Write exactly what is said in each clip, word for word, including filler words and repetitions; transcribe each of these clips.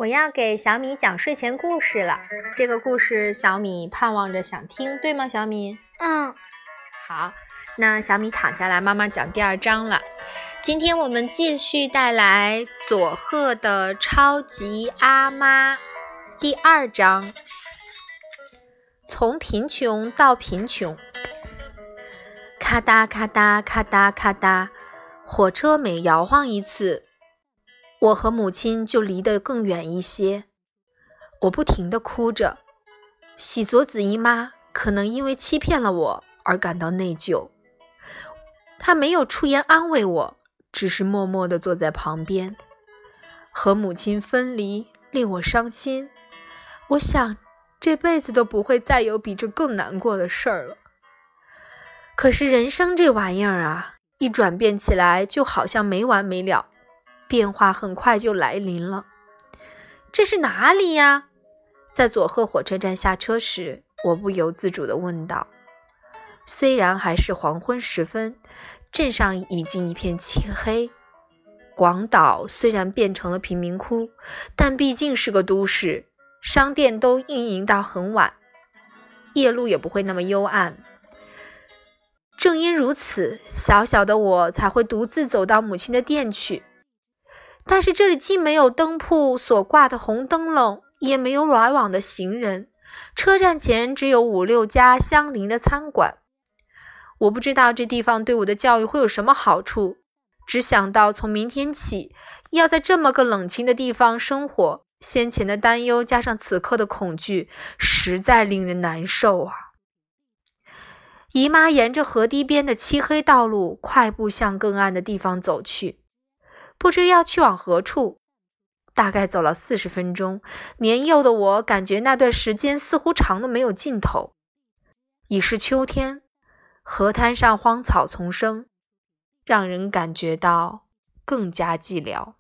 我要给小米讲睡前故事了，这个故事小米盼望着想听，对吗小米？ 嗯， 好，那小米躺下来，妈妈讲第二章了。今天我们继续带来佐贺的超级阿妈第二章，从贫穷到贫穷。咔哒咔哒咔哒咔哒，火车每摇晃一次，我和母亲就离得更远一些。我不停地哭着，喜佐子姨妈可能因为欺骗了我而感到内疚。她没有出言安慰我，只是默默地坐在旁边。和母亲分离令我伤心，我想这辈子都不会再有比这更难过的事儿了。可是人生这玩意儿啊，一转变起来就好像没完没了，变化很快就来临了。这是哪里呀？在佐贺火车站下车时，我不由自主地问道。虽然还是黄昏时分，镇上已经一片漆黑。广岛虽然变成了贫民窟，但毕竟是个都市，商店都运营到很晚，夜路也不会那么幽暗。正因如此，小小的我才会独自走到母亲的店去。但是这里既没有灯铺所挂的红灯笼，也没有来往的行人，车站前只有五六家相邻的餐馆。我不知道这地方对我的教育会有什么好处，只想到从明天起要在这么个冷清的地方生活，先前的担忧加上此刻的恐惧，实在令人难受啊。姨妈沿着河堤边的漆黑道路快步向更暗的地方走去，不知要去往何处。大概走了四十分钟，年幼的我感觉那段时间似乎长得没有尽头。已是秋天，河滩上荒草丛生，让人感觉到更加寂寥。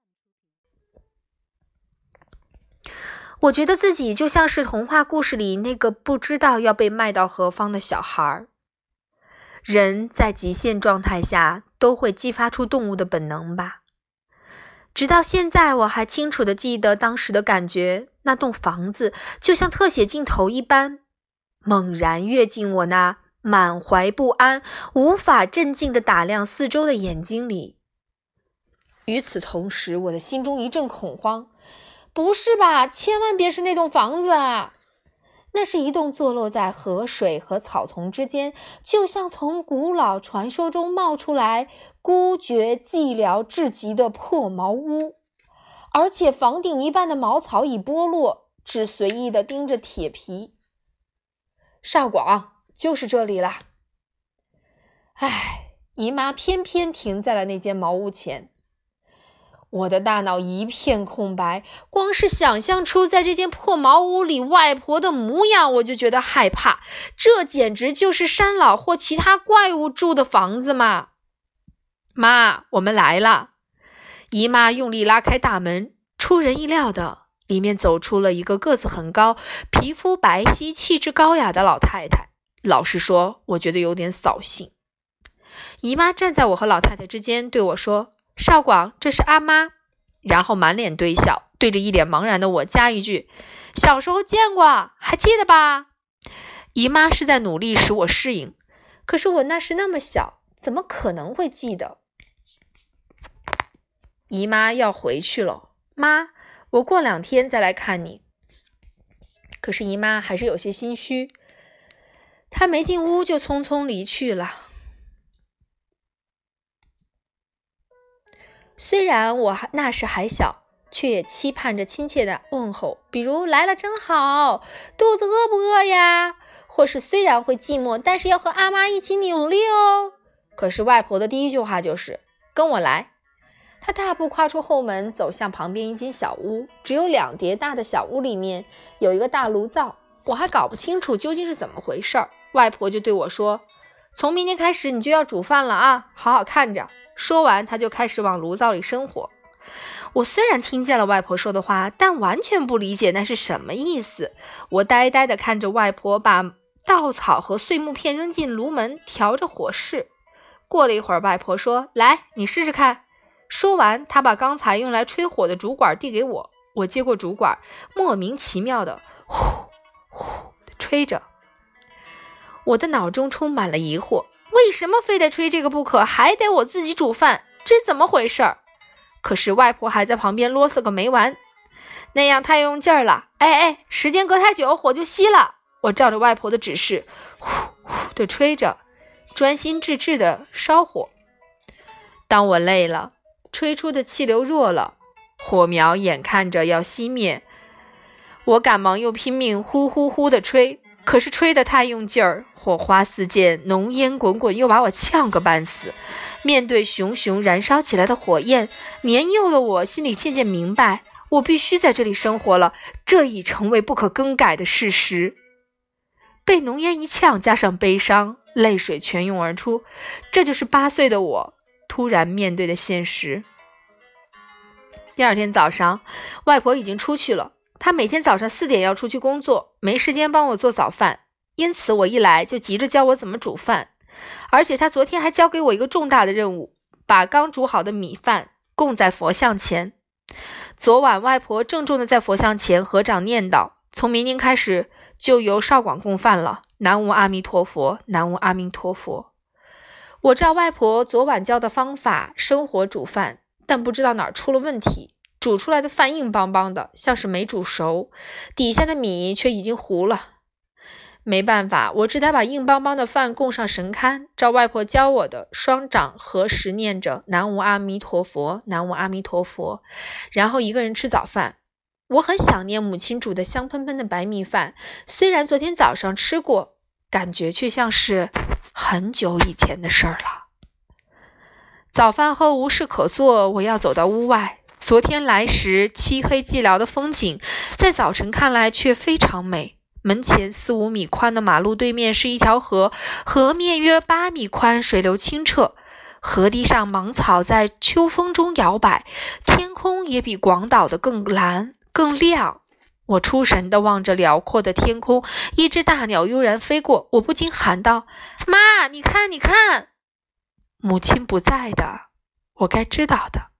我觉得自己就像是童话故事里那个不知道要被卖到何方的小孩。人在极限状态下都会激发出动物的本能吧。直到现在我还清楚地记得当时的感觉，那栋房子就像特写镜头一般，猛然跃进我那满怀不安、无法镇静地打量四周的眼睛里。与此同时，我的心中一阵恐慌。不是吧，千万别是那栋房子啊！那是一栋坐落在河水和草丛之间，就像从古老传说中冒出来，孤绝寂寥至极的破茅屋。而且房顶一半的茅草已剥落，只随意地钉着铁皮。少广，就是这里了。唉，姨妈偏偏停在了那间茅屋前。我的大脑一片空白，光是想象出在这间破茅屋里外婆的模样，我就觉得害怕。这简直就是山老或其他怪物住的房子嘛！妈，我们来了。姨妈用力拉开大门，出人意料的，里面走出了一个个子很高、皮肤白皙、气质高雅的老太太。老实说，我觉得有点扫兴。姨妈站在我和老太太之间，对我说：“少广，这是阿妈。”然后满脸堆笑，对着一脸茫然的我加一句：“小时候见过，还记得吧？”姨妈是在努力使我适应，可是我那时那么小，怎么可能会记得？姨妈要回去了，妈，我过两天再来看你。可是姨妈还是有些心虚，她没进屋就匆匆离去了。虽然我还那时还小，却也期盼着亲切的问候，比如来了真好，肚子饿不饿呀？或是虽然会寂寞，但是要和阿妈一起努力哦。可是外婆的第一句话就是跟我来。她大步跨出后门，走向旁边一间小屋，只有两叠大的小屋里面有一个大炉灶，我还搞不清楚究竟是怎么回事儿。外婆就对我说：“从明天开始你就要煮饭了啊，好好看着。”说完，他就开始往炉灶里生火。我虽然听见了外婆说的话，但完全不理解那是什么意思。我呆呆地看着外婆把稻草和碎木片扔进炉门，调着火势。过了一会儿，外婆说：“来，你试试看。”说完，她把刚才用来吹火的竹管递给我， 我接过竹管，莫名其妙的呼呼的吹着。我的脑中充满了疑惑，为什么非得吹这个不可，还得我自己煮饭？这怎么回事？可是外婆还在旁边啰嗦个没完，那样太用劲儿了，哎哎，时间隔太久火就熄了。我照着外婆的指示呼呼的吹着，专心致志的烧火。当我累了，吹出的气流弱了，火苗眼看着要熄灭，我赶忙又拼命呼呼呼的吹，可是吹得太用劲儿，火花四溅，浓烟滚滚，又把我呛个半死。面对熊熊燃烧起来的火焰，年幼的我心里渐渐明白，我必须在这里生活了，这已成为不可更改的事实。被浓烟一呛，加上悲伤，泪水全涌而出，这就是八岁的我突然面对的现实。第二天早上，外婆已经出去了，她每天早上四点要出去工作，没时间帮我做早饭，因此我一来就急着教我怎么煮饭。而且她昨天还交给我一个重大的任务，把刚煮好的米饭供在佛像前。昨晚外婆郑重地在佛像前合掌念叨，从明天开始就由少广供饭了，南无阿弥陀佛，南无阿弥陀佛。我照外婆昨晚教的方法生火煮饭，但不知道哪儿出了问题，煮出来的饭硬邦邦的，像是没煮熟，底下的米却已经糊了。没办法，我只得把硬邦邦的饭供上神龛，照外婆教我的，双掌合十念着南无阿弥陀佛，南无阿弥陀佛，然后一个人吃早饭。我很想念母亲煮的香喷喷的白米饭，虽然昨天早上吃过，感觉却像是很久以前的事儿了。早饭后无事可做，我要走到屋外。昨天来时漆黑寂寥的风景，在早晨看来却非常美。门前四五米宽的马路对面是一条河，河面约八米宽，水流清澈。河堤上芒草在秋风中摇摆，天空也比广岛的更蓝更亮。我出神地望着辽阔的天空，一只大鸟悠然飞过，我不禁喊道：妈，你看你看！母亲不在的，我该知道的。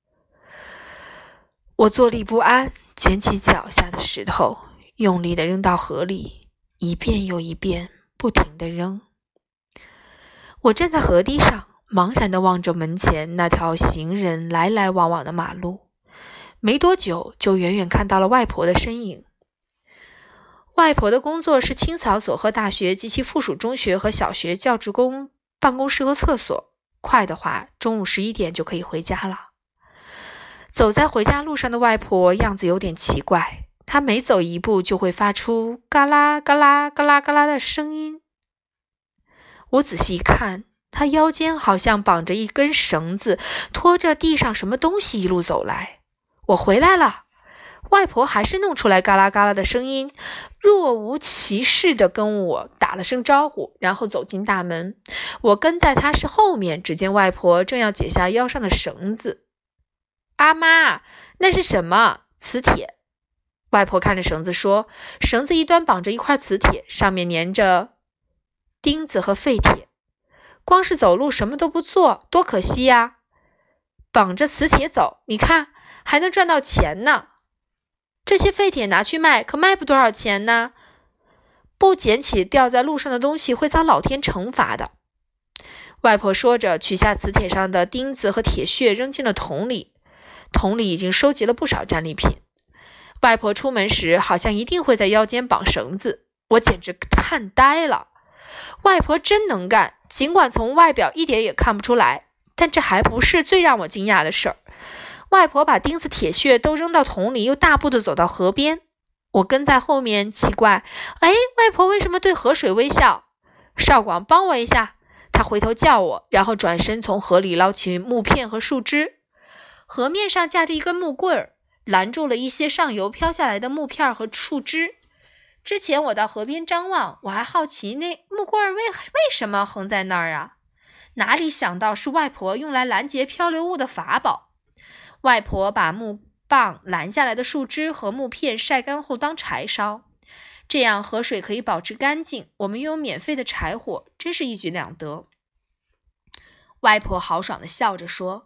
我坐立不安，捡起脚下的石头，用力地扔到河里，一遍又一遍，不停地扔。我站在河堤上，茫然地望着门前那条行人来来往往的马路，没多久就远远看到了外婆的身影。外婆的工作是清扫佐贺大学及其附属中学和小学教职工办公室和厕所，快的话中午十一点就可以回家了。走在回家路上的外婆样子有点奇怪，她每走一步就会发出嘎啦嘎啦嘎啦嘎啦的声音。我仔细一看，她腰间好像绑着一根绳子，拖着地上什么东西一路走来。我回来了，外婆还是弄出来嘎啦嘎啦的声音，若无其事地跟我打了声招呼，然后走进大门。我跟在她是后面，只见外婆正要解下腰上的绳子。阿妈，那是什么？磁铁。外婆看着绳子说，绳子一端绑着一块磁铁，上面粘着钉子和废铁，光是走路什么都不做，多可惜呀！绑着磁铁走，你看还能赚到钱呢。这些废铁拿去卖，可卖不多少钱呢。不捡起掉在路上的东西，会遭老天惩罚的。外婆说着，取下磁铁上的钉子和铁屑，扔进了桶里。桶里已经收集了不少战利品。外婆出门时好像一定会在腰间绑绳子，我简直看呆了。外婆真能干，尽管从外表一点也看不出来，但这还不是最让我惊讶的事儿。外婆把钉子铁屑都扔到桶里，又大步地走到河边。我跟在后面，奇怪，哎，外婆为什么对河水微笑？少广，帮我一下。他回头叫我，然后转身从河里捞起木片和树枝。河面上架着一根木棍儿，拦住了一些上游飘下来的木片和树枝。之前我到河边张望，我还好奇那木棍儿为为什么横在那儿啊？哪里想到是外婆用来拦截漂流物的法宝。外婆把木棒拦下来的树枝和木片晒干后当柴烧，这样河水可以保持干净，我们拥有免费的柴火，真是一举两得。外婆豪爽地笑着说，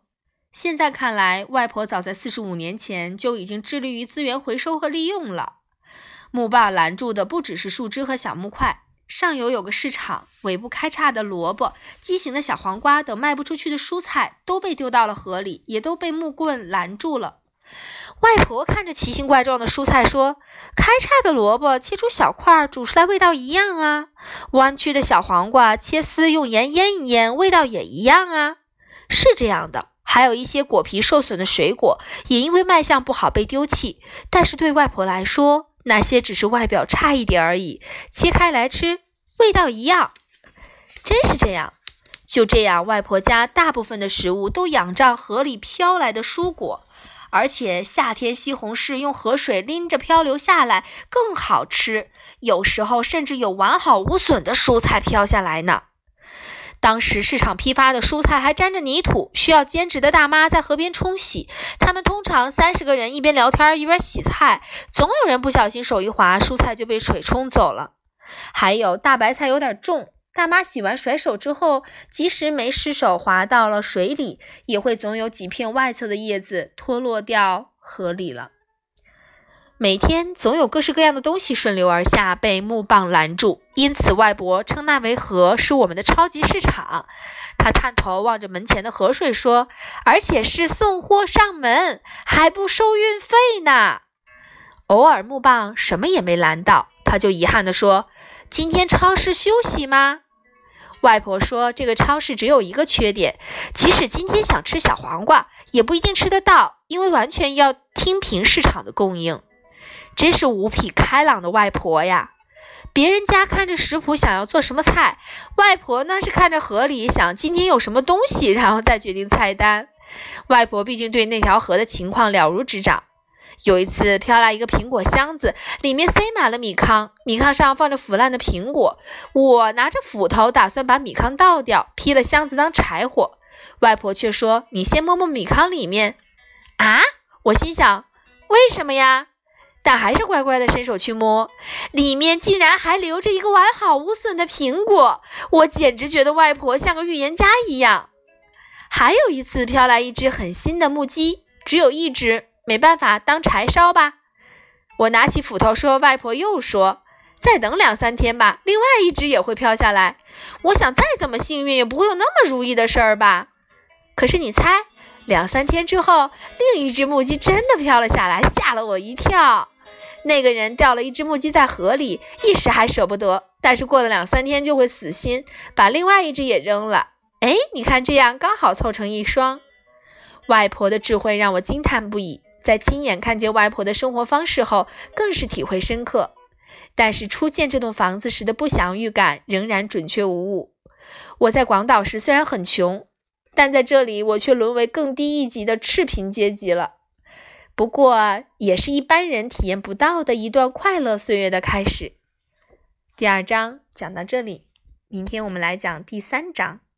现在看来，外婆早在四十五年前就已经致力于资源回收和利用了。木棒拦住的不只是树枝和小木块，上游有个市场，尾部开叉的萝卜、畸形的小黄瓜等卖不出去的蔬菜都被丢到了河里，也都被木棍拦住了。外婆看着奇形怪状的蔬菜说，开叉的萝卜切出小块煮出来味道一样啊，弯曲的小黄瓜切丝用盐腌一腌味道也一样啊。是这样的，还有一些果皮受损的水果也因为卖相不好被丢弃，但是对外婆来说，那些只是外表差一点而已，切开来吃味道一样。真是这样。就这样，外婆家大部分的食物都仰仗河里飘来的蔬果，而且夏天西红柿用河水拎着漂流下来更好吃，有时候甚至有完好无损的蔬菜飘下来呢。当时市场批发的蔬菜还沾着泥土，需要兼职的大妈在河边冲洗，他们通常三十个人一边聊天一边洗菜，总有人不小心手一滑，蔬菜就被水冲走了。还有大白菜有点重，大妈洗完甩手之后，即使没失手滑到了水里，也会总有几片外侧的叶子脱落掉河里了。每天总有各式各样的东西顺流而下，被木棒拦住，因此外婆称那为河，是我们的超级市场。她探头望着门前的河水说，而且是送货上门，还不收运费呢。偶尔木棒什么也没拦到，他就遗憾地说，今天超市休息吗？外婆说，这个超市只有一个缺点，即使今天想吃小黄瓜，也不一定吃得到，因为完全要听凭市场的供应。真是无比开朗的外婆呀！别人家看着食谱想要做什么菜，外婆那是看着河里想今天有什么东西，然后再决定菜单。外婆毕竟对那条河的情况了如指掌。有一次飘来一个苹果箱子，里面塞满了米糠，米糠上放着腐烂的苹果。我拿着斧头打算把米糠倒掉，劈了箱子当柴火。外婆却说，你先摸摸米糠里面。啊，我心想，为什么呀？但还是乖乖地伸手去摸，里面竟然还留着一个完好无损的苹果，我简直觉得外婆像个预言家一样。还有一次飘来一只很新的木屐，只有一只，没办法，当柴烧吧。我拿起斧头说，外婆又说，再等两三天吧，另外一只也会飘下来。我想再怎么幸运也不会有那么如意的事儿吧。可是你猜，两三天之后，另一只木屐真的飘了下来，吓了我一跳。那个人掉了一只木屐在河里，一时还舍不得，但是过了两三天就会死心，把另外一只也扔了。哎，你看这样刚好凑成一双。外婆的智慧让我惊叹不已，在亲眼看见外婆的生活方式后，更是体会深刻。但是初见这栋房子时的不祥预感仍然准确无误。我在广岛时虽然很穷，但在这里我却沦为更低一级的赤贫阶级了。不过也是一般人体验不到的一段快乐岁月的开始。第二章讲到这里，明天我们来讲第三章。